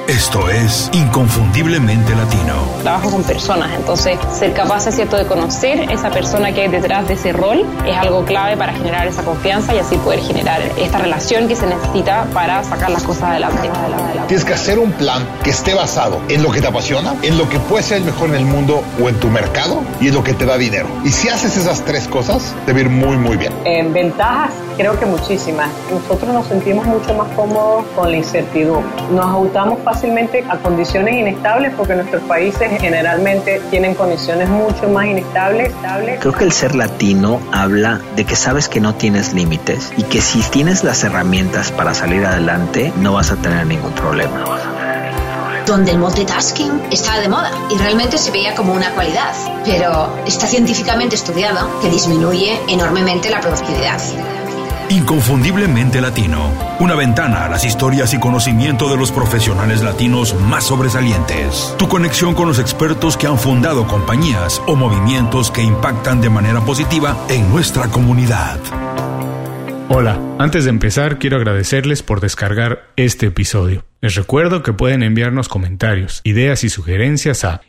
Esto es Inconfundiblemente Latino. Trabajo con personas, entonces ser capaz, es cierto, de conocer esa persona que hay detrás de ese rol es algo clave para generar esa confianza y así poder generar esta relación que se necesita para sacar las cosas adelante. Tienes que hacer un plan que esté basado en lo que te apasiona, en lo que puede ser el mejor en el mundo o en tu mercado y en lo que te da dinero. Y si haces esas tres cosas, te va a ir muy, muy bien. Ventajas, creo que muchísimas. Nosotros nos sentimos mucho más cómodos con la incertidumbre. Nos ajustamos fácilmente a condiciones inestables porque nuestros países generalmente tienen condiciones mucho más inestables. Creo que el ser latino habla de que sabes que no tienes límites y que si tienes las herramientas para salir adelante, no vas a tener ningún problema. Donde el multitasking estaba de moda y realmente se veía como una cualidad, pero está científicamente estudiado que disminuye enormemente la productividad. Inconfundiblemente Latino, una ventana a las historias y conocimiento de los profesionales latinos más sobresalientes. Tu conexión con los expertos que han fundado compañías o movimientos que impactan de manera positiva en nuestra comunidad. Hola, antes de empezar quiero agradecerles por descargar este episodio. Les recuerdo que pueden enviarnos comentarios, ideas y sugerencias a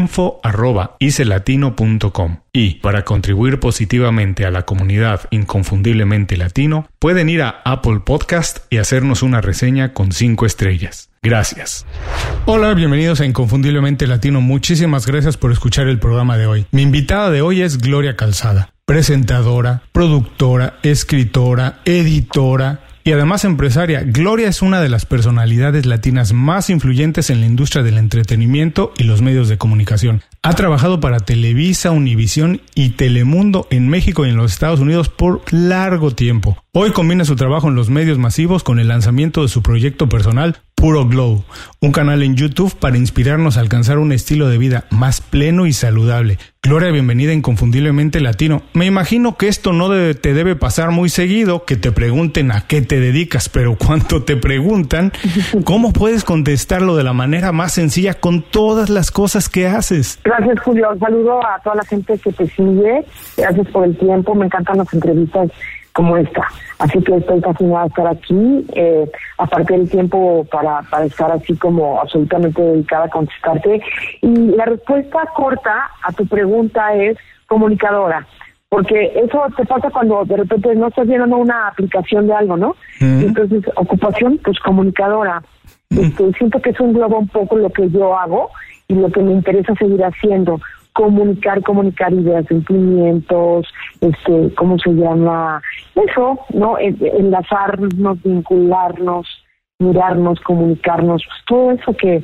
info@icelatino.com y para contribuir positivamente a la comunidad Inconfundiblemente Latino pueden ir a Apple Podcast y hacernos una reseña con 5 estrellas. Gracias. Hola, bienvenidos a Inconfundiblemente Latino. Muchísimas gracias por escuchar el programa de hoy. Mi invitada de hoy es Gloria Calzada, presentadora, productora, escritora, editora y además empresaria. Gloria es una de las personalidades latinas más influyentes en la industria del entretenimiento y los medios de comunicación. Ha trabajado para Televisa, Univisión y Telemundo en México y en los Estados Unidos por largo tiempo. Hoy combina su trabajo en los medios masivos con el lanzamiento de su proyecto personal Puro Glow, un canal en YouTube para inspirarnos a alcanzar un estilo de vida más pleno y saludable. Gloria, bienvenida a Inconfundiblemente Latino. Me imagino que esto no te debe pasar muy seguido, que te pregunten a qué te dedicas, pero cuando te preguntan, ¿cómo puedes contestarlo de la manera más sencilla con todas las cosas que haces? Gracias, Julio. Un saludo a toda la gente que te sigue. Gracias por el tiempo. Me encantan las entrevistas como esta. Así que estoy fascinada de estar aquí. Aparte del tiempo para estar así como absolutamente dedicada a contestarte. Y la respuesta corta a tu pregunta es comunicadora. Porque eso te pasa cuando de repente no estás viendo una aplicación de algo, ¿no? Y entonces, ocupación, pues comunicadora. Siento que eso engloba un poco lo que yo hago y lo que me interesa seguir haciendo. Comunicar ideas, sentimientos, ¿cómo se llama? Eso, ¿no? Enlazarnos, vincularnos, mirarnos, comunicarnos, pues todo eso que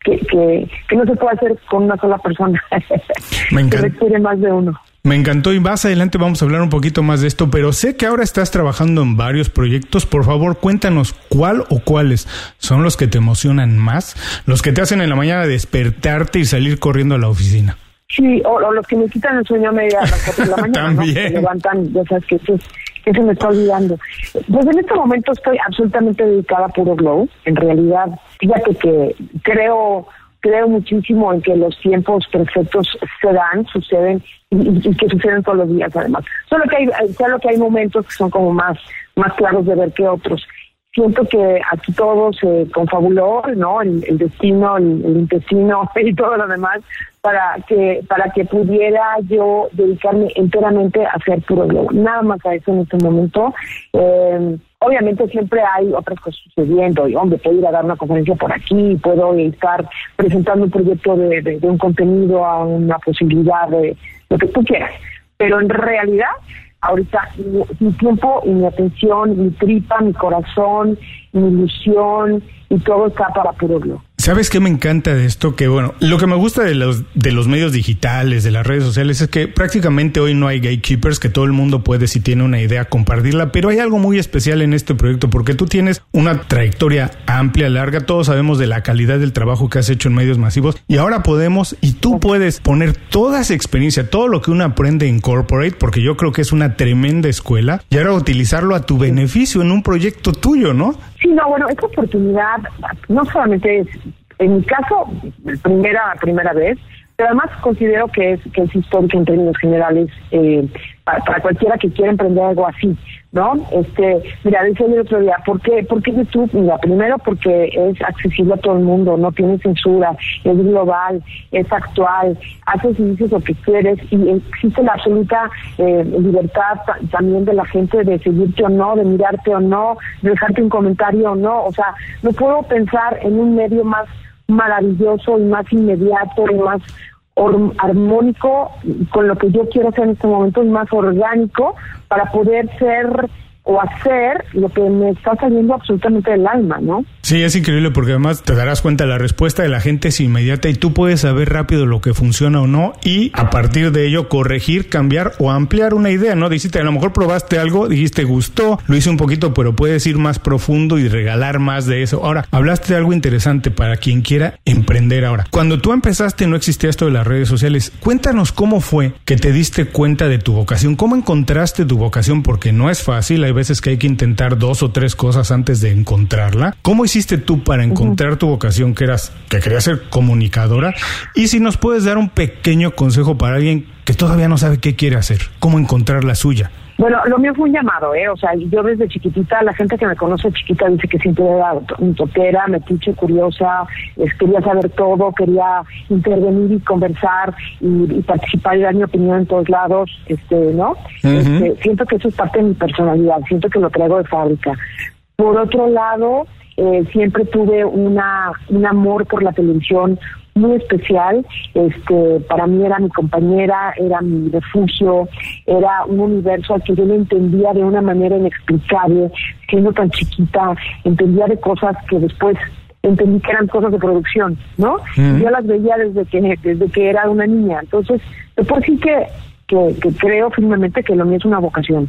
no se puede hacer con una sola persona. Que requiere más de uno. Me encantó y más adelante vamos a hablar un poquito más de esto, pero sé que ahora estás trabajando en varios proyectos. Por favor, cuéntanos cuál o cuáles son los que te emocionan más, los que te hacen en la mañana despertarte y salir corriendo a la oficina. Sí, o los que me quitan el sueño a media a las 4 de la mañana, ¿no? Que levantan, ya sabes que eso se me está olvidando. Pues en este momento estoy absolutamente dedicada a Puro Glow. En realidad, fíjate que creo muchísimo en que los tiempos perfectos suceden y que suceden todos los días además. Solo que hay momentos que son como más claros de ver que otros. Siento que aquí todo se confabuló, ¿no? El destino, el intestino y todo lo demás para que pudiera yo dedicarme enteramente a hacer Puro Glow. Nada más a eso en este momento. Obviamente siempre hay otras cosas sucediendo. Y, hombre, puedo ir a dar una conferencia por aquí, puedo estar presentando un proyecto de un contenido a una posibilidad de lo que tú quieras. Pero en realidad, ahorita mi tiempo y mi atención, mi tripa, mi corazón, mi ilusión y todo está para Puro Glow. ¿Sabes qué me encanta de esto? Que bueno, lo que me gusta de los medios digitales, de las redes sociales, es que prácticamente hoy no hay gatekeepers, que todo el mundo puede, si tiene una idea, compartirla, pero hay algo muy especial en este proyecto, porque tú tienes una trayectoria amplia, larga, todos sabemos de la calidad del trabajo que has hecho en medios masivos, y ahora tú puedes poner toda esa experiencia, todo lo que uno aprende en corporate, porque yo creo que es una tremenda escuela, y ahora utilizarlo a tu beneficio en un proyecto tuyo, ¿no? Sí, no, bueno, esta oportunidad no solamente es, en mi caso, primera vez, Pero además considero que es histórico en términos generales para cualquiera que quiera emprender algo así, ¿no? Mira, decía el otro día, ¿por qué YouTube? Mira, primero porque es accesible a todo el mundo, no tiene censura, es global, es actual, haces y dices lo que quieres y existe la absoluta libertad también de la gente de seguirte o no, de mirarte o no, de dejarte un comentario o no. O sea, no puedo pensar en un medio más maravilloso y más inmediato y más armónico con lo que yo quiero hacer en este momento y más orgánico para poder ser o hacer lo que me está saliendo absolutamente del alma, ¿no? Sí, es increíble porque además te darás cuenta, la respuesta de la gente es inmediata y tú puedes saber rápido lo que funciona o no y a partir de ello corregir, cambiar o ampliar una idea, ¿no? Dijiste, a lo mejor probaste algo, dijiste gustó, lo hice un poquito, pero puedes ir más profundo y regalar más de eso. Ahora, hablaste de algo interesante para quien quiera emprender ahora. Cuando tú empezaste no existía esto de las redes sociales. Cuéntanos cómo fue que te diste cuenta de tu vocación, cómo encontraste tu vocación, porque no es fácil, hay veces que hay que intentar 2 o 3 cosas antes de encontrarla. ¿Cómo hiciste tú para encontrar tu vocación que querías ser comunicadora? Y si nos puedes dar un pequeño consejo para alguien que todavía no sabe qué quiere hacer, cómo encontrar la suya. Bueno, lo mío fue un llamado, o sea, yo desde chiquitita, la gente que me conoce chiquita dice que siempre era un totera, metiche, curiosa, quería saber todo, quería intervenir y conversar y participar y dar mi opinión en todos lados, ¿no? Siento que eso es parte de mi personalidad, siento que lo traigo de fábrica. Por otro lado, siempre tuve un amor por la televisión muy especial. Para mí era mi compañera, era mi refugio, era un universo al que yo lo entendía de una manera inexplicable, siendo tan chiquita, entendía de cosas que después entendí que eran cosas de producción, ¿no? Yo las veía desde que era una niña. Entonces, después sí que creo firmemente que lo mío es una vocación.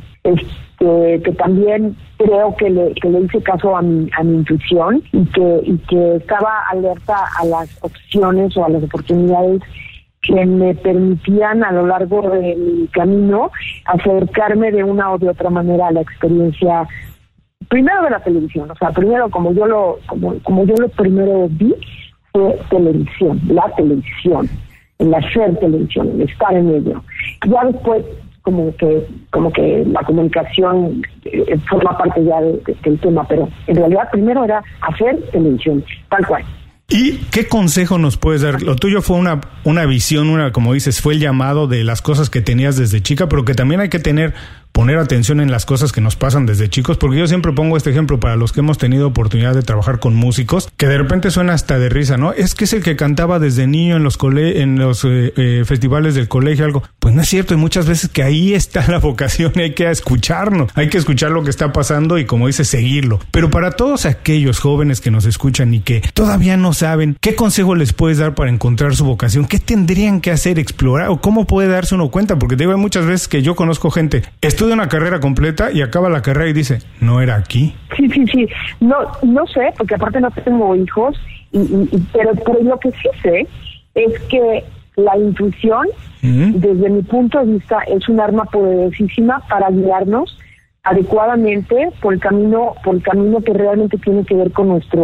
Que también creo que le hice caso a mi intuición y que estaba alerta a las opciones o a las oportunidades que me permitían a lo largo de mi camino acercarme de una o de otra manera a la experiencia primero de la televisión. O sea, primero como yo lo primero vi fue televisión, la televisión, el hacer televisión, el estar en ello. Ya después como que la comunicación forma parte ya del tema, pero en realidad primero era hacer televisión, tal cual. ¿Y qué consejo nos puedes dar? Lo tuyo fue una visión, como dices, fue el llamado de las cosas que tenías desde chica, pero que también hay que poner atención en las cosas que nos pasan desde chicos, porque yo siempre pongo este ejemplo para los que hemos tenido oportunidad de trabajar con músicos, que de repente suena hasta de risa, ¿no? Es que es el que cantaba desde niño en los festivales del colegio, algo. Pues no es cierto, y muchas veces que ahí está la vocación y hay que escucharnos, hay que escuchar lo que está pasando y, como dices, seguirlo. Pero para todos aquellos jóvenes que nos escuchan y que todavía no saben, ¿qué consejo les puedes dar para encontrar su vocación? ¿Qué tendrían que hacer, explorar, o cómo puede darse uno cuenta? Porque te digo, hay muchas veces que yo conozco gente, estudia una carrera completa y acaba la carrera y dice, no era aquí. Sí. No sé, porque aparte no tengo hijos, pero lo que sí sé es que la intuición, desde mi punto de vista, es un arma poderosísima para guiarnos adecuadamente por el camino que realmente tiene que ver con nuestra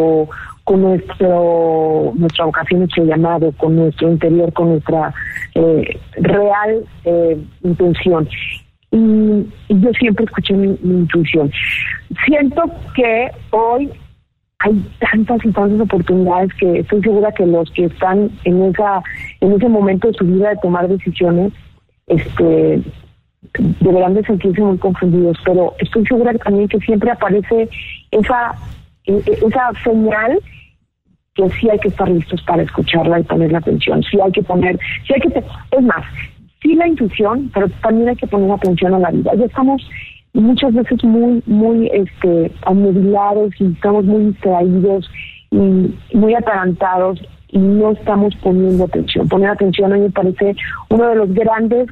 vocación, nuestro llamado, con nuestro interior, con nuestra real intención. Y yo siempre escuché mi intuición. Siento que hoy hay tantas y tantas oportunidades que estoy segura que los que están en ese momento de su vida de tomar decisiones deberán de sentirse muy confundidos, pero estoy segura también que siempre aparece esa señal que sí hay que estar listos para escucharla y poner la atención. Es más, sí la intuición, pero también hay que poner atención a la vida. Ya estamos muchas veces muy anubilados y estamos muy distraídos y muy atarantados y no estamos poniendo atención. Poner atención a mí me parece uno de los grandes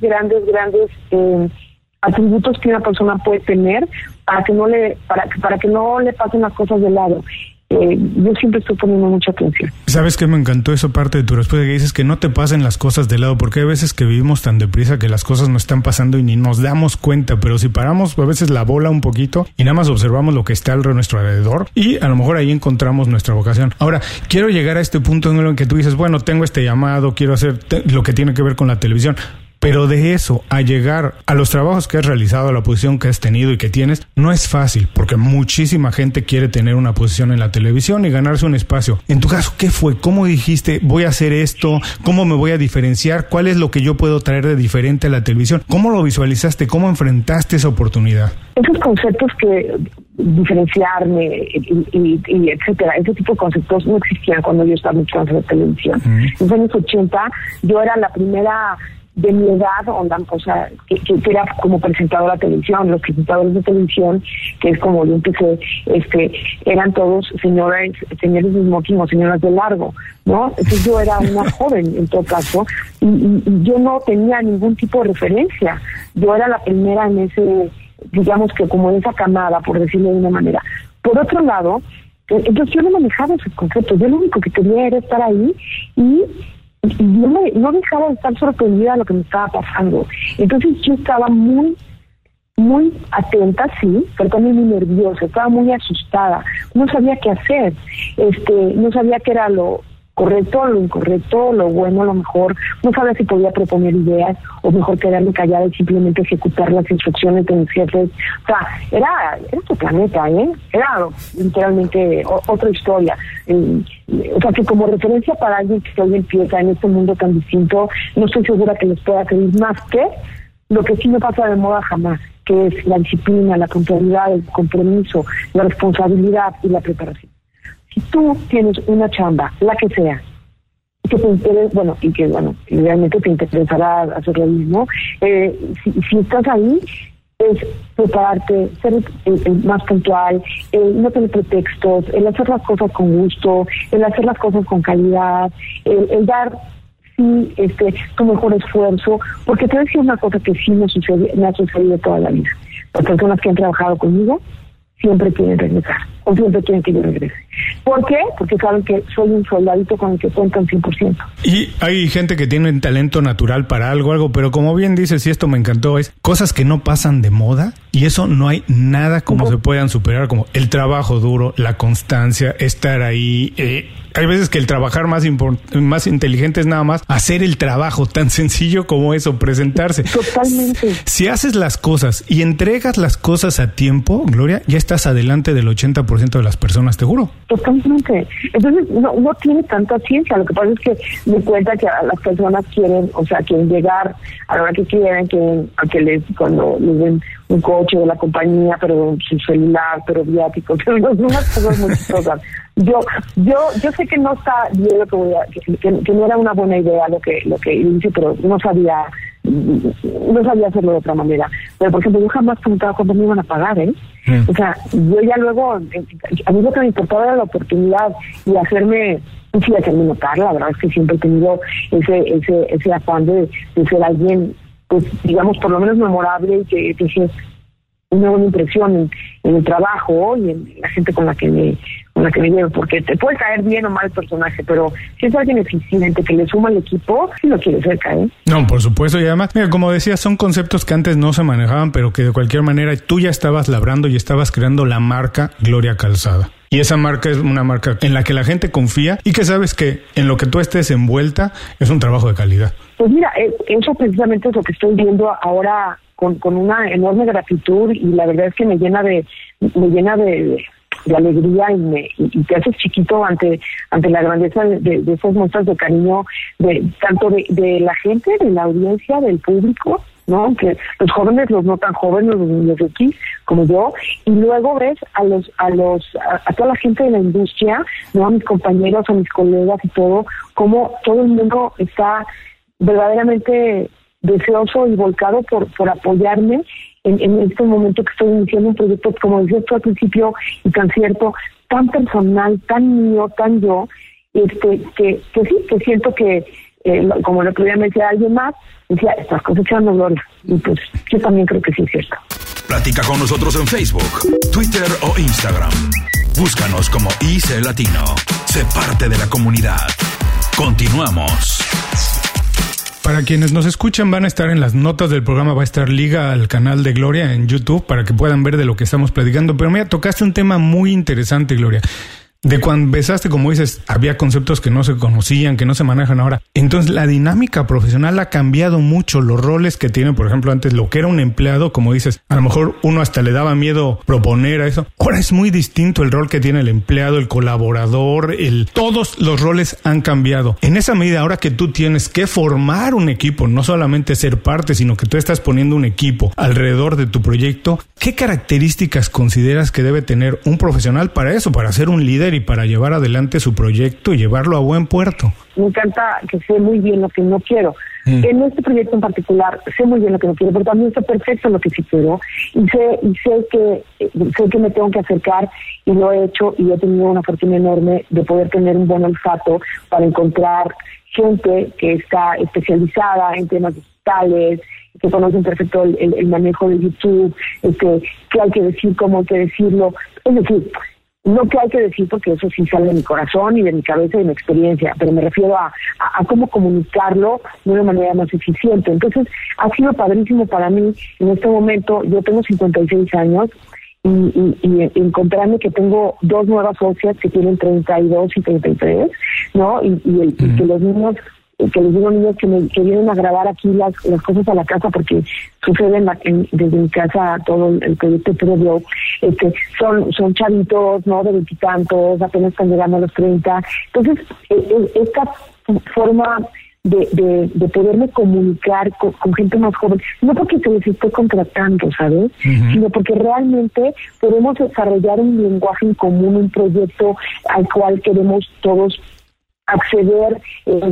atributos que una persona puede tener para que no le pasen las cosas de lado. yo siempre estoy poniendo mucha atención. ¿Sabes qué? Me encantó esa parte de tu respuesta que dices que no te pasen las cosas de lado, porque hay veces que vivimos tan deprisa que las cosas no están pasando y ni nos damos cuenta, pero si paramos a veces la bola un poquito y nada más observamos lo que está a nuestro alrededor y a lo mejor ahí encontramos nuestra vocación. Ahora, quiero llegar a este punto en el que tú dices, bueno, tengo este llamado, quiero hacer lo que tiene que ver con la televisión. Pero de eso a llegar a los trabajos que has realizado, a la posición que has tenido y que tienes, no es fácil, porque muchísima gente quiere tener una posición en la televisión y ganarse un espacio. En tu caso, ¿qué fue? ¿Cómo dijiste, voy a hacer esto? ¿Cómo me voy a diferenciar? ¿Cuál es lo que yo puedo traer de diferente a la televisión? ¿Cómo lo visualizaste? ¿Cómo enfrentaste esa oportunidad? Esos conceptos que diferenciarme y etcétera, ese tipo de conceptos no existían cuando yo estaba en la televisión. En los años 80 yo era la primera de mi edad, o sea, que era como presentadora de televisión. Los presentadores de televisión, que es como yo empecé, eran todos señores de smoking o señoras de largo, ¿no? Entonces yo era una joven en todo caso, y yo no tenía ningún tipo de referencia. Yo era la primera en ese, digamos que como en esa camada, por decirlo de una manera. Por otro lado, entonces yo no manejaba esos conceptos. Yo lo único que quería era estar ahí y no dejaba de estar sorprendida de lo que me estaba pasando. Entonces yo estaba muy atenta, sí, pero también muy nerviosa, estaba muy asustada, no sabía qué hacer, no sabía qué era lo correcto, lo incorrecto, lo bueno, lo mejor, no sabía si podía proponer ideas o mejor quedarme callada y simplemente ejecutar las instrucciones de mis jefes. O sea, era otro planeta, era literalmente otra historia. O sea, que como referencia para alguien que hoy empieza en este mundo tan distinto, no estoy segura que les pueda servir más que lo que sí me pasa de moda jamás, que es la disciplina, la puntualidad, el compromiso, la responsabilidad y la preparación. Si tú tienes una chamba, la que sea, que te interesa, y realmente te interesará hacer lo mismo, si estás ahí, es prepararte, ser más puntual, no tener pretextos, el hacer las cosas con gusto, el hacer las cosas con calidad, el dar tu mejor esfuerzo, porque te voy a decir una cosa que sí me ha sucedido toda la vida. Las personas que han trabajado conmigo siempre quieren regresar, o siempre quieren que yo regrese. ¿Por qué? Porque saben que soy un soldadito con el que cuentan 100%. Y hay gente que tiene un talento natural para algo, pero como bien dices, y esto me encantó, es cosas que no pasan de moda, y eso no hay nada como se puedan superar, como el trabajo duro, la constancia, estar ahí. Hay veces que el trabajar más inteligente es nada más hacer el trabajo tan sencillo como eso, presentarse. Totalmente. Si haces las cosas y entregas las cosas a tiempo, Gloria, ya estás adelante del 80% de las personas, te juro. Totalmente. Entonces, no tiene tanta ciencia. Lo que pasa es que me cuenta que las personas quieren llegar a la hora que quieren, cuando les den un coche de la compañía, pero su celular, pero viáticos, pero unas cosas muy chistosas. Yo sé que no está bien lo que voy a, que no era una buena idea lo que hice, pero no sabía hacerlo de otra manera. Pero, por ejemplo, yo jamás preguntaba cuánto me iban a pagar, O sea, yo ya luego, a mí lo que me importaba era la oportunidad y hacerme notar. La verdad es que siempre he tenido ese afán de ser alguien, pues, digamos, por lo menos memorable y que deje una buena impresión en el trabajo y en la gente con la que me llevo, porque te puede caer bien o mal el personaje, pero si es alguien eficiente que le suma al equipo, sí lo quiere cerca, No, por supuesto, y además, mira, como decías, son conceptos que antes no se manejaban, pero que de cualquier manera tú ya estabas labrando y estabas creando la marca Gloria Calzada. Y esa marca es una marca en la que la gente confía y que sabes que en lo que tú estés envuelta es un trabajo de calidad. Pues mira, eso precisamente es lo que estoy viendo ahora con una enorme gratitud, y la verdad es que me llena de alegría y te haces chiquito ante la grandeza de esas muestras de cariño tanto de la gente, de la audiencia, del público, ¿no? Que los jóvenes, los no tan jóvenes, los X como yo, y luego ves a toda la gente de la industria, ¿no? A mis compañeros, a mis colegas y todo, como todo el mundo está verdaderamente deseoso y volcado por apoyarme en este momento que estoy iniciando un proyecto, como decías tú al principio, y tan cierto, tan personal, tan mío, tan yo, que sí, que siento que, como el otro día me decía alguien más, decía, estás cosechando gloria, y pues yo también creo que sí es cierto. Platica con nosotros en Facebook, Twitter o Instagram. Búscanos como IC Latino. Sé parte de la comunidad. Continuamos. Para quienes nos escuchan, van a estar en las notas del programa, va a estar liga al canal de Gloria en YouTube para que puedan ver de lo que estamos platicando. Pero mira, tocaste un tema muy interesante, Gloria. De cuando empezaste, como dices, había conceptos que no se conocían, que no se manejan ahora. Entonces, la dinámica profesional ha cambiado mucho. Los roles que tiene, por ejemplo, antes lo que era un empleado, como dices, a lo mejor uno hasta le daba miedo proponer a eso. Ahora es muy distinto el rol que tiene el empleado, el colaborador, todos los roles han cambiado. En esa medida, ahora que tú tienes que formar un equipo, no solamente ser parte, sino que tú estás poniendo un equipo alrededor de tu proyecto, ¿qué características consideras que debe tener un profesional para eso, para ser un líder y para llevar adelante su proyecto y llevarlo a buen puerto? Me encanta que sé muy bien lo que no quiero. En este proyecto en particular sé muy bien lo que no quiero, pero también sé perfecto lo que sí quiero y sé que me tengo que acercar, y lo he hecho, y he tenido una fortuna enorme de poder tener un buen olfato para encontrar gente que está especializada en temas digitales, que conocen perfecto el manejo de YouTube, qué hay que decir, cómo hay que decirlo. Es decir, no que hay que decir, porque eso sí sale de mi corazón y de mi cabeza y de mi experiencia, pero me refiero a cómo comunicarlo de una manera más eficiente. Entonces, ha sido padrísimo para mí en este momento. Yo tengo 56 años y encontrarme que tengo dos nuevas socias que tienen 32 y 33, ¿no? Que los niños, que les digo niños que vienen a grabar aquí las cosas a la casa, porque sucede desde mi casa todo el proyecto previo, son chavitos, ¿no? De 20 y tantos, apenas están llegando a los 30. Entonces, esta forma de poderme comunicar con gente más joven, no porque se les esté contratando, ¿sabes? Sino porque realmente podemos desarrollar un lenguaje en común, un proyecto al cual queremos todos acceder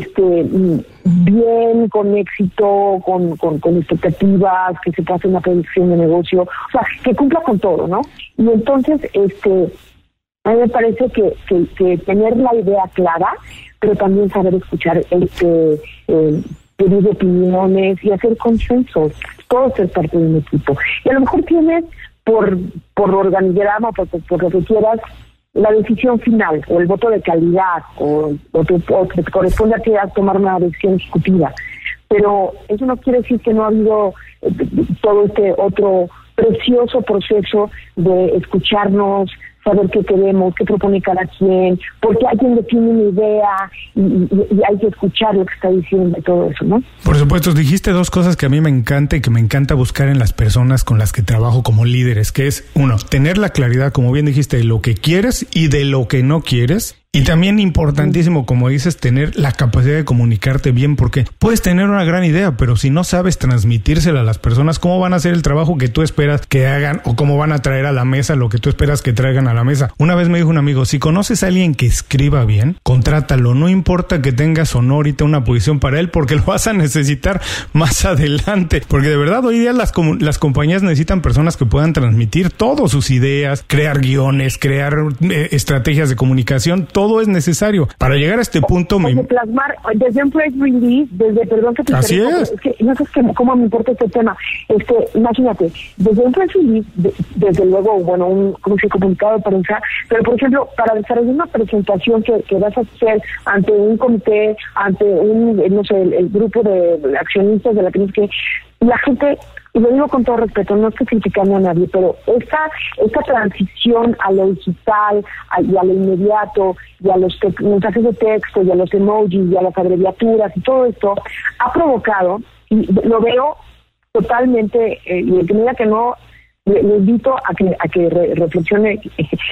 bien, con éxito, con expectativas, que se pase una proyección de negocio, o sea, que cumpla con todo, ¿no? Y entonces, a mí me parece que tener la idea clara, pero también saber escuchar pedir opiniones y hacer consensos, todo ser parte de un equipo. Y a lo mejor tienes por organigrama, por lo que quieras, la decisión final, o el voto de calidad, o te corresponde a ti a tomar una decisión ejecutiva. Pero eso no quiere decir que no ha habido todo este otro precioso proceso de escucharnos, saber qué queremos, qué propone cada quien, porque alguien le tiene una idea y hay que escuchar lo que está diciendo y todo eso, ¿no? Por supuesto, dijiste dos cosas que a mí me encanta y que me encanta buscar en las personas con las que trabajo como líderes, que es, uno, tener la claridad, como bien dijiste, de lo que quieres y de lo que no quieres. Y también importantísimo, como dices, tener la capacidad de comunicarte bien, porque puedes tener una gran idea, pero si no sabes transmitírsela a las personas, ¿cómo van a hacer el trabajo que tú esperas que hagan, o cómo van a traer a la mesa lo que tú esperas que traigan a la mesa? Una vez me dijo un amigo, si conoces a alguien que escriba bien, contrátalo, no importa que tengas honor y tenga una posición para él, porque lo vas a necesitar más adelante, porque de verdad hoy día las compañías necesitan personas que puedan transmitir todas sus ideas, crear guiones, crear estrategias de comunicación. Todo es necesario para llegar a este punto. Plasmar desde un press release, perdón que te así es que no sé cómo me importa este tema. Imagínate, desde un press release, desde luego, bueno, un comunicado de prensa, pero por ejemplo, para desarrollar una presentación que vas a hacer ante un comité, ante el grupo de accionistas de la que la gente, y lo digo con todo respeto, no estoy criticando a nadie, pero esta transición a lo digital y a lo inmediato, y a los mensajes de texto, y a los emojis, y a las abreviaturas, y todo esto, ha provocado, y lo veo totalmente, y el que me diga que no, le invito a que reflexione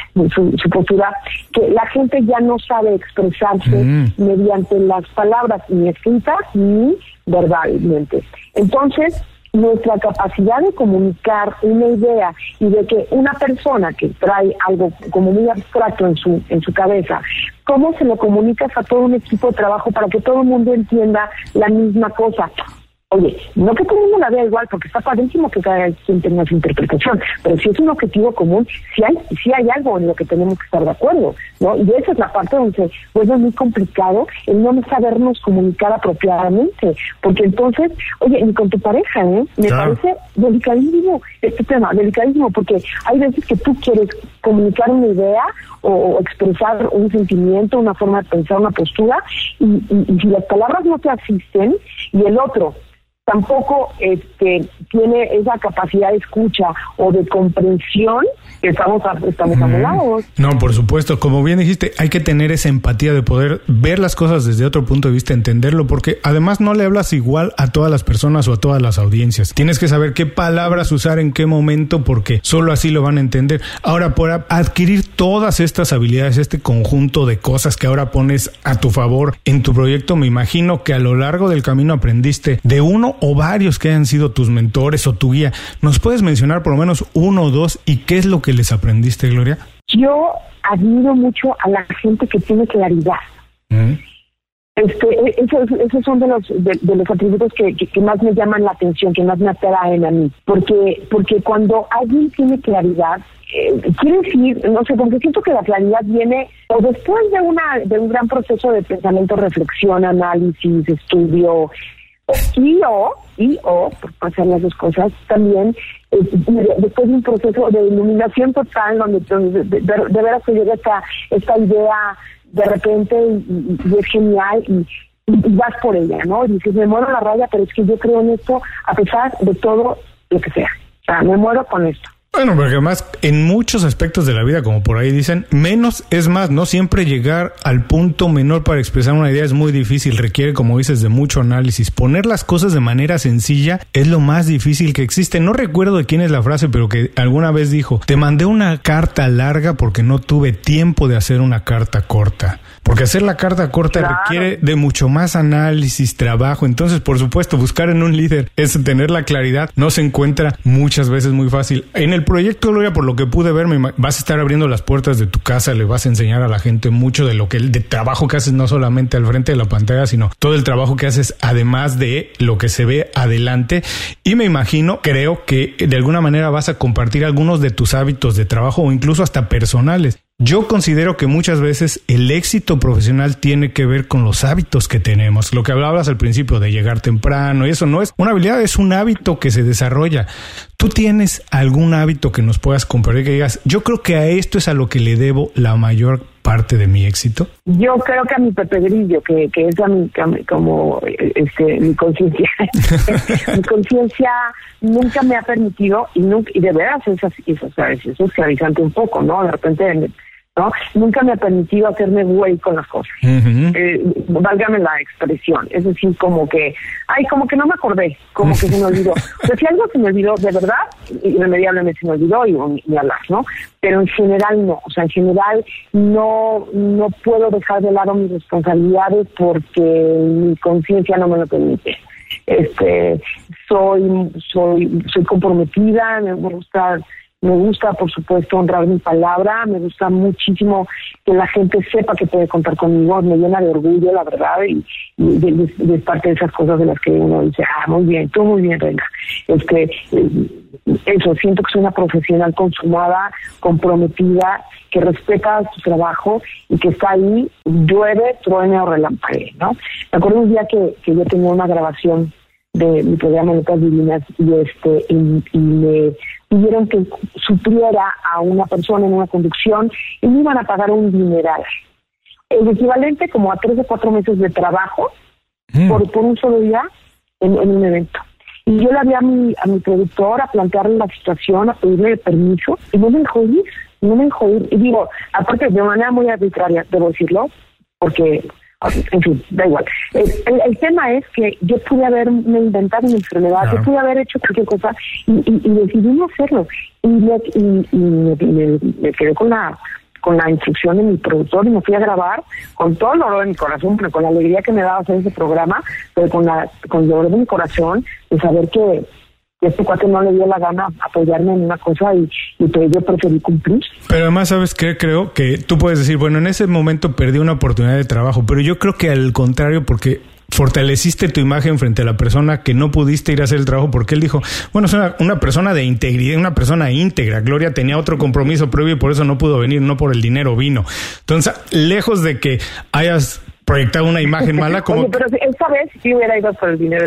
su postura, que la gente ya no sabe expresarse mediante las palabras ni escritas ni verbalmente. Entonces, nuestra capacidad de comunicar una idea y de que una persona que trae algo como muy abstracto en su cabeza, ¿cómo se lo comunicas a todo un equipo de trabajo para que todo el mundo entienda la misma cosa? Oye, no que todo el mundo la vea igual, porque está padrísimo que cada quien tenga su interpretación, pero si es un objetivo común, sí hay algo en lo que tenemos que estar de acuerdo, ¿no? Y esa es la parte donde pues es muy complicado el no sabernos comunicar apropiadamente, porque entonces, oye, ni con tu pareja, me parece delicadísimo este tema, delicadísimo, porque hay veces que tú quieres comunicar una idea o expresar un sentimiento, una forma de pensar, una postura, y si las palabras no te asisten, y el otro tampoco tiene esa capacidad de escucha o de comprensión, estamos amolados. No, por supuesto, como bien dijiste, hay que tener esa empatía de poder ver las cosas desde otro punto de vista, entenderlo, porque además no le hablas igual a todas las personas o a todas las audiencias. Tienes que saber qué palabras usar en qué momento, porque solo así lo van a entender. Ahora, por adquirir todas estas habilidades, este conjunto de cosas que ahora pones a tu favor en tu proyecto, me imagino que a lo largo del camino aprendiste de uno o varios que hayan sido tus mentores o tu guía. ¿Nos puedes mencionar por lo menos uno o dos y qué es lo que les aprendiste, Gloria? Yo admiro mucho a la gente que tiene claridad. Esos son de los atributos que más me llaman la atención, que más me atraen a mí, porque cuando alguien tiene claridad, quiere decir, no sé, porque siento que la claridad viene o después de un gran proceso de pensamiento, reflexión, análisis, estudio, y por pasar las dos cosas, también después de un proceso de iluminación total, donde de veras te llega esta idea de repente y es genial y vas por ella, ¿no? Y dices, me muero la raya, pero es que yo creo en esto a pesar de todo lo que sea. O sea, me muero con esto. Bueno, porque además en muchos aspectos de la vida, como por ahí dicen, menos es más, ¿no? Siempre llegar al punto menor para expresar una idea es muy difícil, requiere, como dices, de mucho análisis. Poner las cosas de manera sencilla es lo más difícil que existe. No recuerdo de quién es la frase, pero que alguna vez dijo, te mandé una carta larga porque no tuve tiempo de hacer una carta corta. Porque hacer la carta corta requiere de mucho más análisis, trabajo. Entonces, por supuesto, buscar en un líder es tener la claridad. No se encuentra muchas veces muy fácil. En el proyecto, Gloria, por lo que pude ver, vas a estar abriendo las puertas de tu casa, le vas a enseñar a la gente mucho de de trabajo que haces, no solamente al frente de la pantalla, sino todo el trabajo que haces, además de lo que se ve adelante. Y me imagino, creo que de alguna manera vas a compartir algunos de tus hábitos de trabajo o incluso hasta personales. Yo considero que muchas veces el éxito profesional tiene que ver con los hábitos que tenemos. Lo que hablabas al principio de llegar temprano, y eso no es una habilidad, es un hábito que se desarrolla. ¿Tú tienes algún hábito que nos puedas compartir que digas, yo creo que a esto es a lo que le debo la mayor parte de mi éxito? Yo creo que a mi Pepe Grillo, que es mi conciencia. Mi conciencia nunca me ha permitido, y de veras eso es esclavizante un poco, ¿no? De repente, ¿no? Nunca me ha permitido hacerme güey con las cosas. Válgame la expresión. Es decir, como que no me acordé, como que se me olvidó. O sea, si algo se me olvidó, de verdad, irremediablemente se me olvidó y hablar, ¿no? Pero en general no. O sea, en general no puedo dejar de lado mis responsabilidades porque mi conciencia no me lo permite. Soy comprometida, me gusta, por supuesto, honrar mi palabra. Me gusta muchísimo que la gente sepa que puede contar conmigo. Me llena de orgullo, la verdad, y de parte de esas cosas de las que uno dice, muy bien, tú muy bien, Reina. Eso, siento que soy una profesional consumada, comprometida, que respeta su trabajo y que está ahí, llueve, truene o relampaguee, ¿no? Me acuerdo un día que yo tenía una grabación de mi programa Letras Divinas y me pidieron que supliera a una persona en una conducción y me iban a pagar un dineral. El equivalente como a 3 o 4 meses de trabajo por un solo día en un evento. Y yo le hablé a mi productor a plantearle la situación, a pedirle el permiso, y no me dejó ir. Y digo, aparte de manera muy arbitraria, debo decirlo, porque, en fin, da igual. El tema es que yo pude haberme inventado una enfermedad, yo pude haber hecho cualquier cosa y decidí no hacerlo. Y me quedé con la instrucción de mi productor y me fui a grabar con todo el dolor de mi corazón, pero con la alegría que me daba hacer ese programa, pero con el dolor de mi corazón de saber que este cuate no le dio la gana apoyarme en una cosa y pues yo preferí cumplir. Pero además, ¿sabes qué? Creo que tú puedes decir, bueno, en ese momento perdí una oportunidad de trabajo, pero yo creo que al contrario, porque fortaleciste tu imagen frente a la persona que no pudiste ir a hacer el trabajo, porque él dijo, bueno, es una persona de integridad, una persona íntegra. Gloria tenía otro compromiso previo y por eso no pudo venir, no por el dinero vino. Entonces, lejos de que hayas proyectado una imagen mala, como... Oye, pero esta vez sí hubiera ido por el dinero.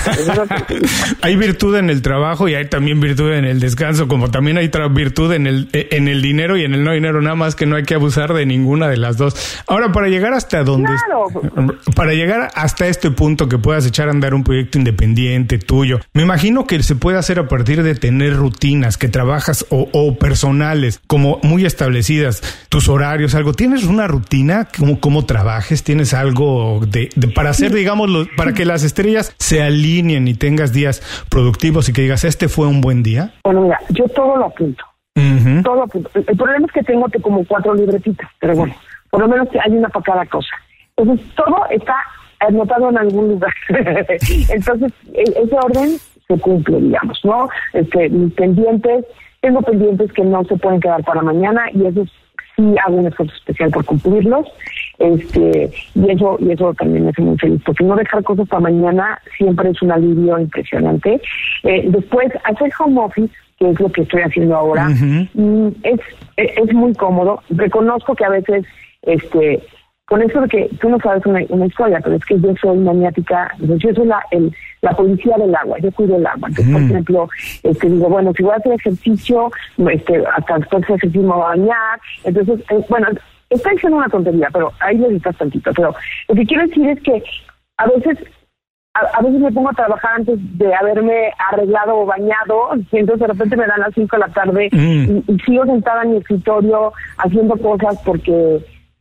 Hay virtud en el trabajo y hay también virtud en el descanso, como también hay virtud en el dinero y en el no dinero, nada más que no hay que abusar de ninguna de las dos. Ahora, para llegar hasta donde... Claro. Para llegar hasta este punto que puedas echar a andar un proyecto independiente tuyo, me imagino que se puede hacer a partir de tener rutinas que trabajas o personales, como muy establecidas, tus horarios, algo. ¿Tienes una rutina? ¿Cómo trabajes? ¿Tienes algo para hacer, digamos, para que las estrellas se alineen y tengas días productivos y que digas, este fue un buen día? Bueno, mira, yo todo lo apunto. Todo lo apunto. El problema es que tengo como 4 libretitas, pero bueno, por lo menos hay una para cada cosa. Entonces, todo está anotado en algún lugar. Entonces, ese orden se cumple, digamos, ¿no? Mis pendientes, tengo pendientes que no se pueden quedar para mañana y eso sí hago un esfuerzo especial por cumplirlos, y eso también me hace muy feliz, porque no dejar cosas para mañana siempre es un alivio impresionante. Después, hacer home office, que es lo que estoy haciendo ahora, es muy cómodo. Reconozco que a veces, con eso de que tú no sabes una historia, pero es que yo soy maniática, yo soy la policía del agua, yo cuido el agua. Entonces, por ejemplo, digo, bueno, si voy a hacer ejercicio, hasta después de ejercicio me voy a bañar. Entonces, bueno, está diciendo una tontería, pero ahí le editas tantito. Pero lo que quiero decir es que a veces me pongo a trabajar antes de haberme arreglado o bañado, y entonces de repente me dan las 5 de la tarde y sigo sentada en mi escritorio haciendo cosas porque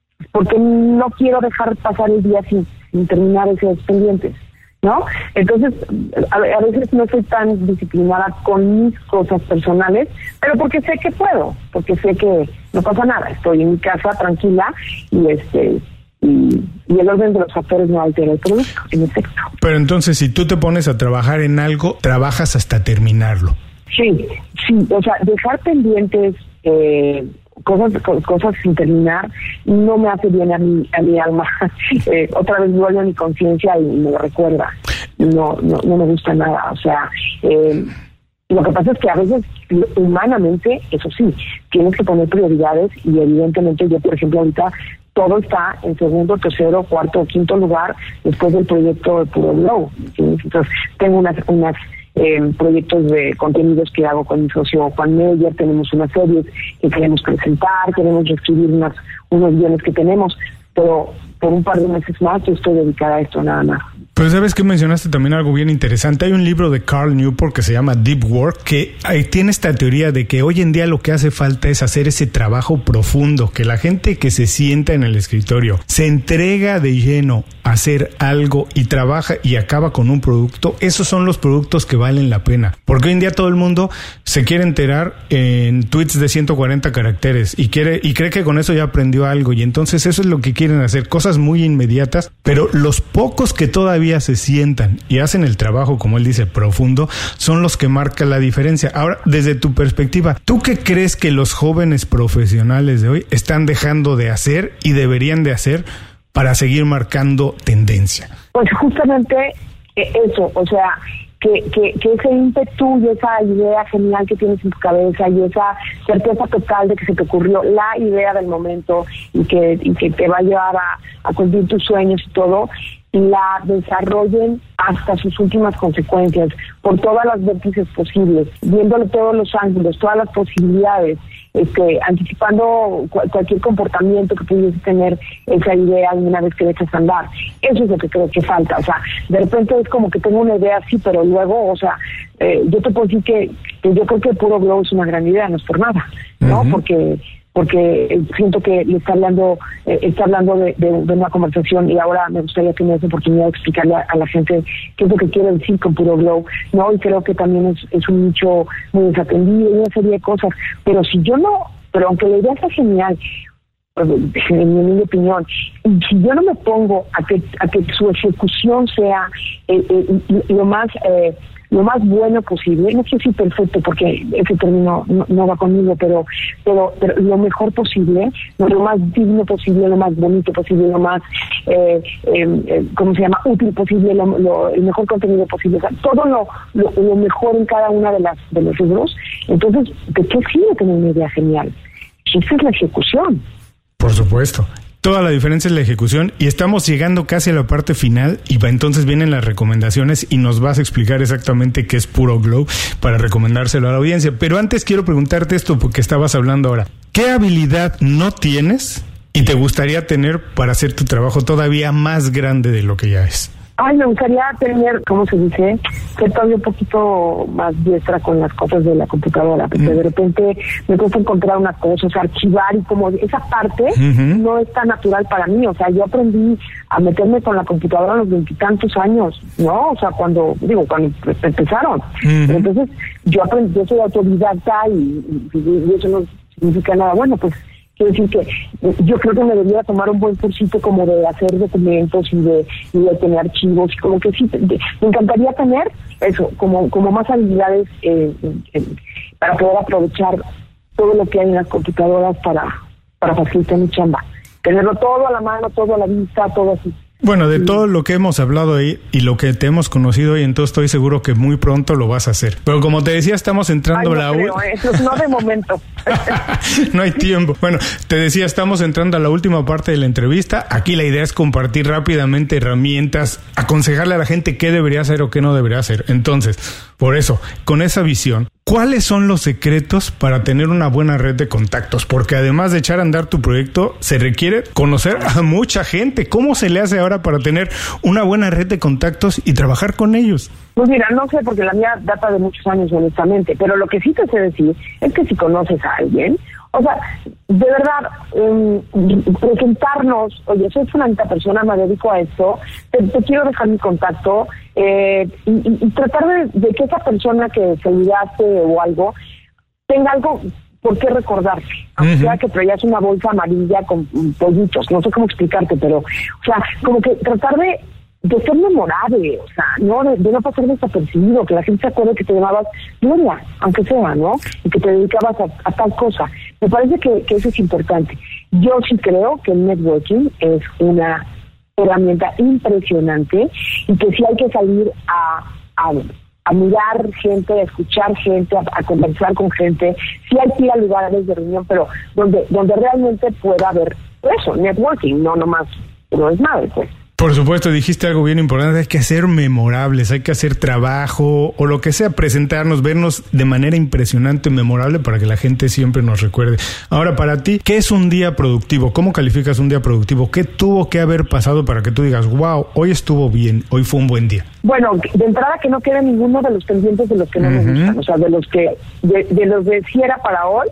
no quiero dejar pasar el día sin terminar esos pendientes, ¿no? Entonces, a veces no soy tan disciplinada con mis cosas personales, pero porque sé que puedo, porque sé que no pasa nada. Estoy en mi casa tranquila y el orden de los factores no altera el producto, en efecto. Pero entonces, si tú te pones a trabajar en algo, trabajas hasta terminarlo. Sí, o sea, dejar pendientes cosas sin terminar no me hace bien a mi alma. Otra vez vuelvo a mi conciencia y me lo recuerda. No me gusta nada. O sea, lo que pasa es que a veces humanamente, eso sí, tienes que poner prioridades y evidentemente yo, por ejemplo, ahorita todo está en segundo, tercero, cuarto o quinto lugar después del proyecto de Puro Glow. Entonces tengo unas proyectos de contenidos que hago con mi socio Juan Meyer, tenemos unas series que queremos presentar, queremos reescribir unos guiones que tenemos, pero por un par de meses más yo estoy dedicada a esto nada más. Pero sabes que mencionaste también algo bien interesante. Hay un libro de Carl Newport que se llama Deep Work, que tiene esta teoría de que hoy en día lo que hace falta es hacer ese trabajo profundo, que la gente que se sienta en el escritorio se entrega de lleno a hacer algo y trabaja y acaba con un producto. Esos son los productos que valen la pena, porque hoy en día todo el mundo se quiere enterar en tweets de 140 caracteres y cree que con eso ya aprendió algo, y entonces eso es lo que quieren hacer, cosas muy inmediatas, pero los pocos que todavía se sientan y hacen el trabajo, como él dice, profundo, son los que marcan la diferencia. Ahora, desde tu perspectiva, ¿tú qué crees que los jóvenes profesionales de hoy están dejando de hacer y deberían de hacer para seguir marcando tendencia? Pues justamente eso, o sea, que ese ímpetu y esa idea genial que tienes en tu cabeza y esa certeza total de que se te ocurrió la idea del momento y que te va a llevar a cumplir tus sueños y todo, la desarrollen hasta sus últimas consecuencias, por todas las vértices posibles, viéndole todos los ángulos, todas las posibilidades, anticipando cualquier comportamiento que pudiese tener esa idea una vez que dejas andar. Eso es lo que creo que falta. O sea, de repente es como que tengo una idea así, pero luego, o sea, yo te puedo decir que yo creo que Puro Glow es una gran idea, no es por nada, ¿no? Uh-huh. Porque siento que le está hablando de una conversación, y ahora me gustaría que me des oportunidad de explicarle a la gente qué es lo que quiero decir con Puro Glow, ¿no? Y creo que también es un nicho muy desatendido y una serie de cosas. Pero aunque la idea está genial, en mi opinión, y si yo no me pongo a que su ejecución sea lo más lo más bueno posible, no sé si perfecto porque ese término no va conmigo, pero lo mejor posible, lo más digno posible, lo más bonito posible, lo más útil posible, el mejor contenido posible, o sea, todo lo mejor en cada una de los rubros. Entonces, ¿de qué sirve tener una idea genial? Esa es la ejecución. Por supuesto. Toda la diferencia es la ejecución y estamos llegando casi a la parte final y entonces vienen las recomendaciones y nos vas a explicar exactamente qué es Puro Glow para recomendárselo a la audiencia. Pero antes quiero preguntarte esto porque estabas hablando ahora. ¿Qué habilidad no tienes y te gustaría tener para hacer tu trabajo todavía más grande de lo que ya es? Ay, me gustaría tener, ¿cómo se dice? Ser todavía un poquito más diestra con las cosas de la computadora, porque de repente me cuesta encontrar unas cosas, archivar y como esa parte no es tan natural para mí. O sea, yo aprendí a meterme con la computadora a los 20 y tantos años, ¿no? O sea, cuando empezaron. Entonces, yo soy autodidacta y eso no significa nada. Bueno, pues quiero decir que yo creo que me debería tomar un buen cursito como de hacer documentos y de tener archivos, y como que sí, me encantaría tener eso, como más habilidades para poder aprovechar todo lo que hay en las computadoras para facilitar mi chamba. Tenerlo todo a la mano, todo a la vista, todo así. Bueno, de todo lo que hemos hablado ahí y lo que te hemos conocido hoy, entonces estoy seguro que muy pronto lo vas a hacer. Pero como te decía, estamos entrando a la no de momento. No hay tiempo. Bueno, te decía, estamos entrando a la última parte de la entrevista. Aquí la idea es compartir rápidamente herramientas, aconsejarle a la gente qué debería hacer o qué no debería hacer. Entonces, por eso, con esa visión, ¿cuáles son los secretos para tener una buena red de contactos? Porque además de echar a andar tu proyecto, se requiere conocer a mucha gente. ¿Cómo se le hace ahora para tener una buena red de contactos y trabajar con ellos? Pues mira, no sé, porque la mía data de muchos años, honestamente, pero lo que sí te sé decir es que si conoces a alguien, o sea, de verdad, presentarnos, oye, soy fulanita persona, me dedico a esto, te quiero dejar mi contacto, y tratar de que esa persona que se olvidaste o algo, tenga algo por qué recordarse, aunque sea que traigas una bolsa amarilla con pollitos, no sé cómo explicarte, pero, o sea, como que tratar de ser memorable, o sea, no de no pasar desapercibido, que la gente se acuerde que te llamabas Gloria, aunque sea, ¿no? Y que te dedicabas a tal cosa. Me parece que eso es importante. Yo sí creo que el networking es una herramienta impresionante y que sí hay que salir a mirar gente, a escuchar gente, a conversar con gente. Sí hay que ir a lugares de reunión, pero donde realmente pueda haber eso, networking, no nomás, no es nada, pues. Por supuesto, dijiste algo bien importante, hay que hacer memorables, hay que hacer trabajo o lo que sea, presentarnos, vernos de manera impresionante, memorable para que la gente siempre nos recuerde. Ahora, para ti, ¿qué es un día productivo? ¿Cómo calificas un día productivo? ¿Qué tuvo que haber pasado para que tú digas, wow, hoy estuvo bien, hoy fue un buen día? Bueno, de entrada que no quede ninguno de los pendientes de los que no me gustan, o sea, de los que si era para hoy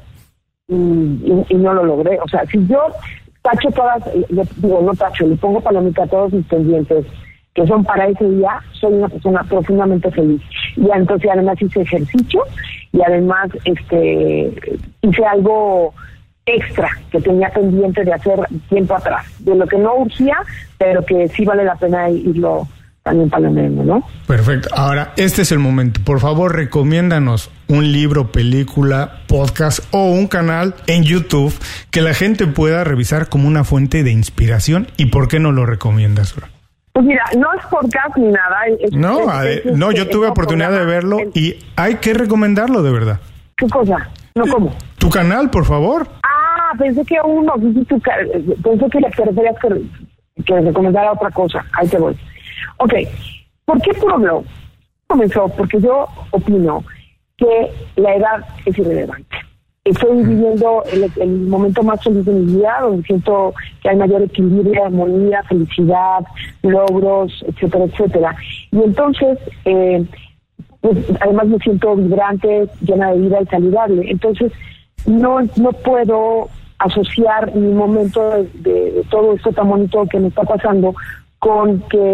y no lo logré. O sea, si yo tacho todas, le pongo palomita a todos mis pendientes que son para ese día, soy una persona profundamente feliz. Y entonces además hice ejercicio y además hice algo extra que tenía pendiente de hacer tiempo atrás, de lo que no urgía, pero que sí vale la pena irlo también palomeando, ¿no? Perfecto. Ahora, este es el momento. Por favor, recomiéndanos un libro, película, podcast o un canal en YouTube que la gente pueda revisar como una fuente de inspiración. ¿Y por qué no lo recomiendas, Flor? Pues mira, no es podcast ni nada. Yo tuve oportunidad de verlo y hay que recomendarlo de verdad. ¿Qué cosa? No, ¿cómo? Tu canal, por favor. Pensé que pensé que le querías que recomendara otra cosa. Ahí te voy. Ok, ¿por qué Puro Glow? Comenzó porque yo opino que la edad es irrelevante. Estoy viviendo el momento más feliz de mi vida, donde siento que hay mayor equilibrio, armonía, felicidad, logros, etcétera, etcétera. Y entonces, pues, además me siento vibrante, llena de vida y saludable. Entonces, no puedo asociar mi momento de todo esto tan bonito que me está pasando con que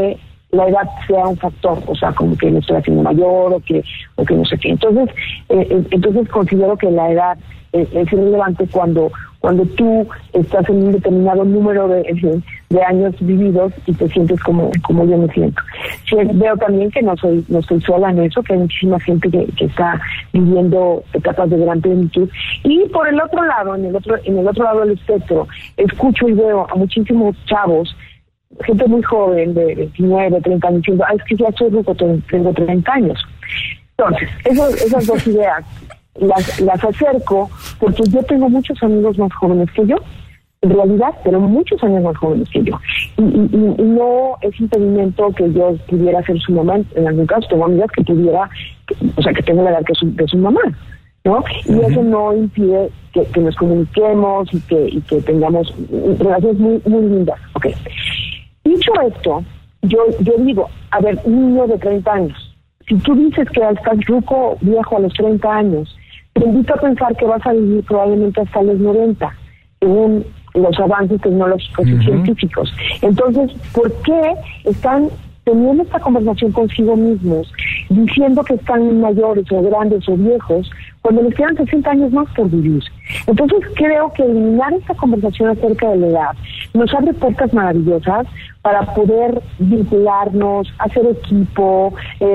la edad sea un factor, o sea, como que me estoy haciendo mayor o que no sé qué. Entonces considero que la edad es irrelevante cuando tú estás en un determinado número de años vividos y te sientes como yo me siento. Sí, veo también que no estoy sola en eso, que hay muchísima gente que está viviendo etapas de gran plenitud. Y por el otro lado, en el otro lado del espectro, escucho y veo a muchísimos chavos, gente muy joven, de 29, 30 años, diciendo, es que ya soy ruco, tengo 30 años. Entonces, esas dos ideas las acerco porque yo tengo muchos amigos más jóvenes que yo, en realidad, pero muchos años más jóvenes que yo. Y no es impedimento que yo pudiera ser su mamá. En algún caso tengo amigas que tengo la edad de su mamá, ¿no? Y eso no impide que nos comuniquemos y que tengamos relaciones muy, muy lindas. Okay. Dicho esto, yo digo, a ver, un niño de 30 años, si tú dices que estás ruco, viejo a los 30 años, te invito a pensar que vas a vivir probablemente hasta los 90, según los avances tecnológicos y científicos. Entonces, ¿por qué están teniendo esta conversación consigo mismos, diciendo que están mayores o grandes o viejos, cuando les quedan 60 años más por vivir? Entonces, creo que eliminar esta conversación acerca de la edad nos abre puertas maravillosas para poder vincularnos, hacer equipo,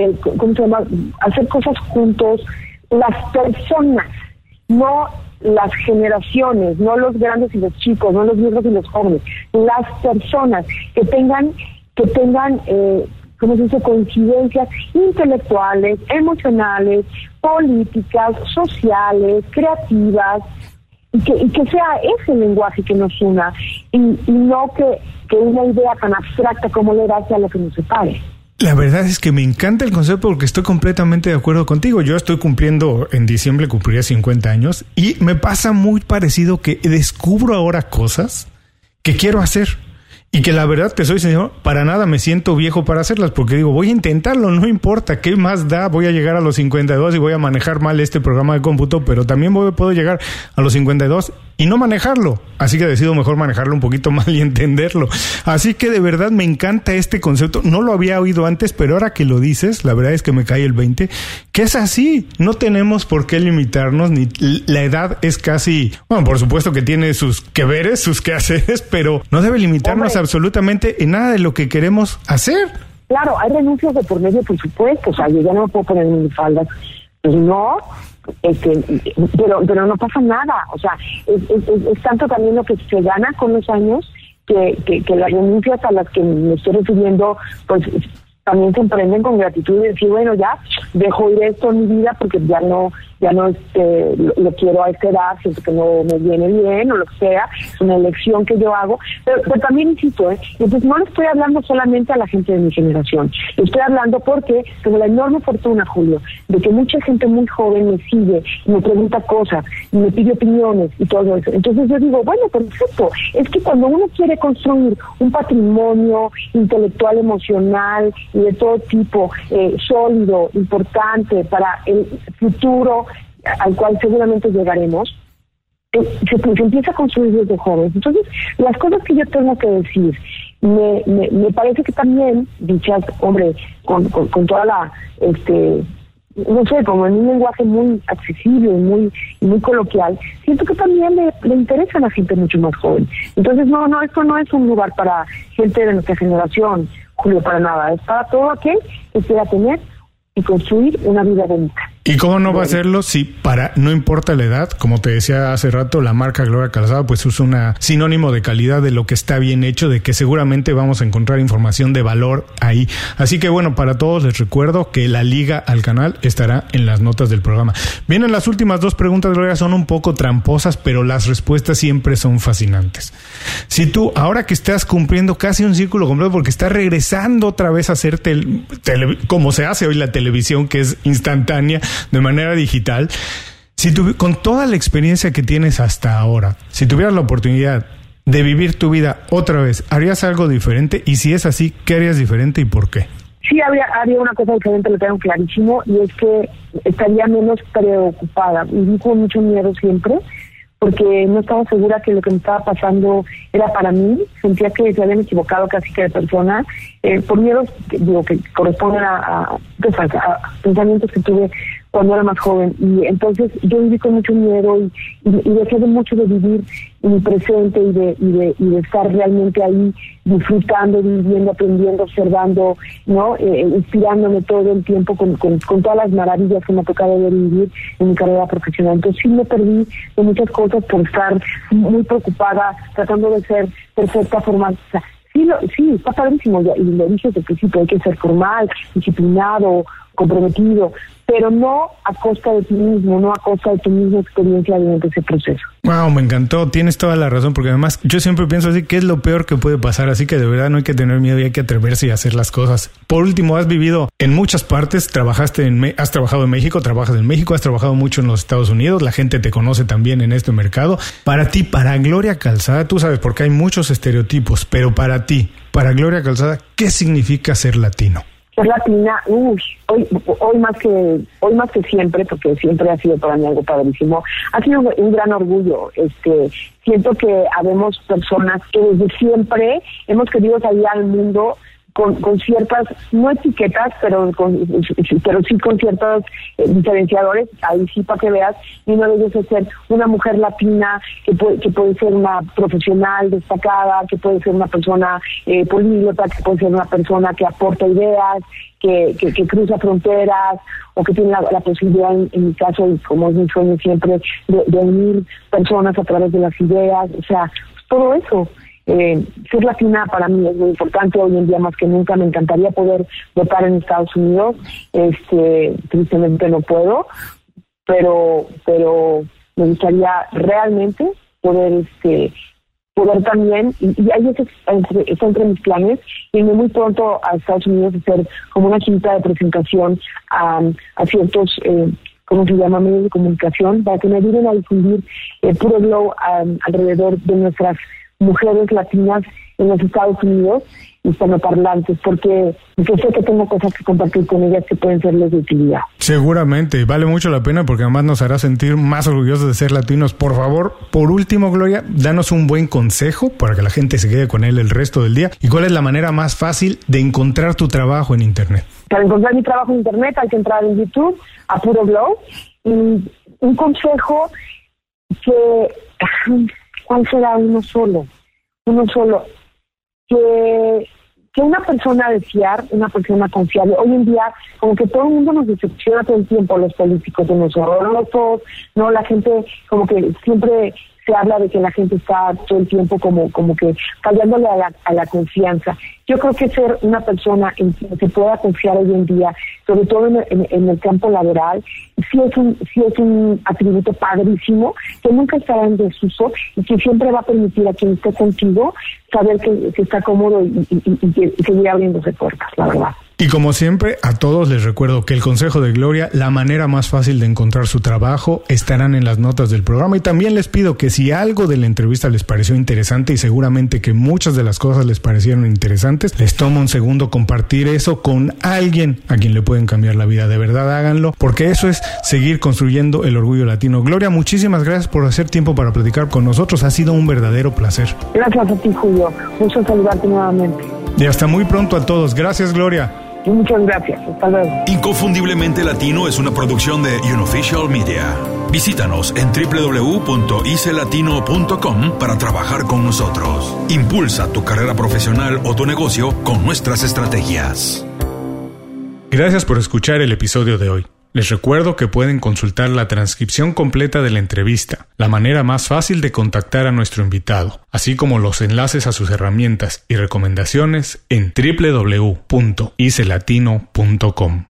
hacer cosas juntos, las personas, no las generaciones, no los grandes y los chicos, no los viejos y los jóvenes, las personas que tengan ¿cómo se dice?, coincidencias intelectuales, emocionales, políticas, sociales, creativas, y que sea ese lenguaje que nos una, y no que una idea tan abstracta como la edad sea lo que nos separe. La verdad es que me encanta el concepto porque estoy completamente de acuerdo contigo. Yo estoy en diciembre cumpliría 50 años y me pasa muy parecido que descubro ahora cosas que quiero hacer. Y que la verdad, te soy sincero, para nada me siento viejo para hacerlas, porque digo, voy a intentarlo, no importa, ¿qué más da? Voy a llegar a los 52 y voy a manejar mal este programa de cómputo, pero también puedo llegar a los 52 y no manejarlo. Así que decido mejor manejarlo un poquito mal y entenderlo. Así que de verdad me encanta este concepto. No lo había oído antes, pero ahora que lo dices, la verdad es que me cae el 20, que es así. No tenemos por qué limitarnos, ni la edad es casi, bueno, por supuesto que tiene sus que veres, sus quehaceres, pero no debe limitarnos absolutamente en nada de lo que queremos hacer. Claro, hay renuncias de por medio, por supuesto. O sea, yo ya no me puedo poner minifaldas. Pues no, pero no pasa nada. O sea, es tanto también lo que se gana con los años que las renuncias a las que me estoy refiriendo, pues también se emprenden con gratitud y decir, bueno, ya dejo ir esto en mi vida porque ya no lo quiero a esta edad, siento que no me viene bien o lo que sea, es una elección que yo hago, pero también insisto, entonces no le estoy hablando solamente a la gente de mi generación, le estoy hablando porque tengo la enorme fortuna, Julio, de que mucha gente muy joven me sigue y me pregunta cosas y me pide opiniones y todo eso. Entonces yo digo, bueno, perfecto, es que cuando uno quiere construir un patrimonio intelectual, emocional y de todo tipo, sólido, importante para el futuro al cual seguramente llegaremos, se empieza a construir desde jóvenes. Entonces, las cosas que yo tengo que decir, me parece que también, dichas, hombre, con toda la, no sé, como en un lenguaje muy accesible y muy coloquial, siento que también le interesa a la gente mucho más joven. Entonces, no, esto no es un lugar para gente de nuestra generación, Julio, para nada. Es para todo aquel que quiera tener y construir una vida bonita. ¿Y cómo no va a hacerlo si no importa la edad? Como te decía hace rato, la marca Gloria Calzada pues es un sinónimo de calidad de lo que está bien hecho, de que seguramente vamos a encontrar información de valor ahí. Así que bueno, para todos les recuerdo que la liga al canal estará en las notas del programa. Vienen las últimas dos preguntas, Gloria, son un poco tramposas, pero las respuestas siempre son fascinantes. Si tú, ahora que estás cumpliendo casi un círculo completo, porque estás regresando otra vez a hacer como se hace hoy la televisión, que es instantánea, de manera digital, con toda la experiencia que tienes hasta ahora, si tuvieras la oportunidad de vivir tu vida otra vez, ¿harías algo diferente? Y si es así, ¿qué harías diferente y por qué? Sí, haría una cosa diferente, lo tengo clarísimo, y es que estaría menos preocupada. Viví con mucho miedo siempre, porque no estaba segura que lo que me estaba pasando era para mí. Sentía que se habían equivocado casi que de persona, por miedos que corresponden a pensamientos que tuve cuando era más joven. Y entonces yo viví con mucho miedo y dejé mucho de vivir en mi presente y de estar realmente ahí disfrutando, viviendo, aprendiendo, observando, ¿no? Inspirándome todo el tiempo con todas las maravillas que me ha tocado ver y vivir en mi carrera profesional. Entonces sí me perdí de muchas cosas por estar muy preocupada, tratando de ser perfecta, formal. O sea, sí, está padrísimo, y lo dije desde el principio, hay que ser formal, disciplinado, comprometido, pero no a costa de ti mismo, no a costa de tu misma experiencia durante ese proceso. Wow, me encantó, tienes toda la razón, porque además yo siempre pienso así, ¿qué es lo peor que puede pasar? Así que de verdad no hay que tener miedo y hay que atreverse y hacer las cosas. Por último, has vivido en muchas partes, has trabajado en México, trabajas en México, has trabajado mucho en los Estados Unidos, la gente te conoce también en este mercado. Para ti, para Gloria Calzada, tú sabes, porque hay muchos estereotipos, pero para ti, para Gloria Calzada, ¿qué significa ser latino? Ser latina, hoy más que siempre, porque siempre ha sido para mí algo padrísimo, ha sido un gran orgullo. Siento que habemos personas que desde siempre hemos querido salir al mundo con ciertas, no etiquetas, pero sí con ciertos diferenciadores, ahí sí para que veas, y uno de ellos es ser una mujer latina, que puede ser una profesional destacada, que puede ser una persona políglota, que puede ser una persona que aporta ideas, que cruza fronteras, o que tiene la posibilidad, en mi caso, y como es mi sueño siempre, de unir personas a través de las ideas, o sea, todo eso. Ser latina para mí es muy importante hoy en día más que nunca. Me encantaría poder votar en Estados Unidos, tristemente no puedo, pero me gustaría realmente poder también, y ahí está entre mis planes, irme muy pronto a Estados Unidos a hacer como una gira de presentación a ciertos ¿cómo se llama? Medios de comunicación, para que me ayuden a difundir Puro Glow alrededor de nuestras mujeres latinas en los Estados Unidos, hispanoparlantes, porque yo sé que tengo cosas que compartir con ellas que pueden serles de utilidad. Seguramente, vale mucho la pena porque además nos hará sentir más orgullosos de ser latinos. Por favor, por último, Gloria, danos un buen consejo para que la gente se quede con él el resto del día. ¿Y cuál es la manera más fácil de encontrar tu trabajo en Internet? Para encontrar mi trabajo en Internet hay que entrar en YouTube, a Puro Glow, y un consejo ¿cuál será? Uno solo, que una persona de fiar, una persona confiable. Hoy en día, como que todo el mundo nos decepciona todo el tiempo, los políticos, de nosotros, no, la gente, como que siempre se habla de que la gente está todo el tiempo como que fallándole a la confianza. Yo creo que ser una persona en quien se pueda confiar hoy en día, sobre todo en el campo laboral, sí es un atributo padrísimo, que nunca estará en desuso y que siempre va a permitir a quien esté contigo saber que está cómodo y que seguir abriéndose puertas, la verdad. Y como siempre, a todos les recuerdo que el consejo de Gloria, la manera más fácil de encontrar su trabajo, estarán en las notas del programa. Y también les pido que si algo de la entrevista les pareció interesante, y seguramente que muchas de las cosas les parecieron interesantes, les tomo un segundo compartir eso con alguien a quien le pueden cambiar la vida. De verdad, háganlo, porque eso es seguir construyendo el orgullo latino. Gloria, muchísimas gracias por hacer tiempo para platicar con nosotros. Ha sido un verdadero placer. Gracias a ti, Julio. Mucho saludarte nuevamente. Y hasta muy pronto a todos. Gracias, Gloria. Muchas gracias. Hasta luego. Inconfundiblemente Latino es una producción de Unofficial Media. Visítanos en www.icelatino.com para trabajar con nosotros. Impulsa tu carrera profesional o tu negocio con nuestras estrategias. Gracias por escuchar el episodio de hoy. Les recuerdo que pueden consultar la transcripción completa de la entrevista, la manera más fácil de contactar a nuestro invitado, así como los enlaces a sus herramientas y recomendaciones en www.icelatino.com.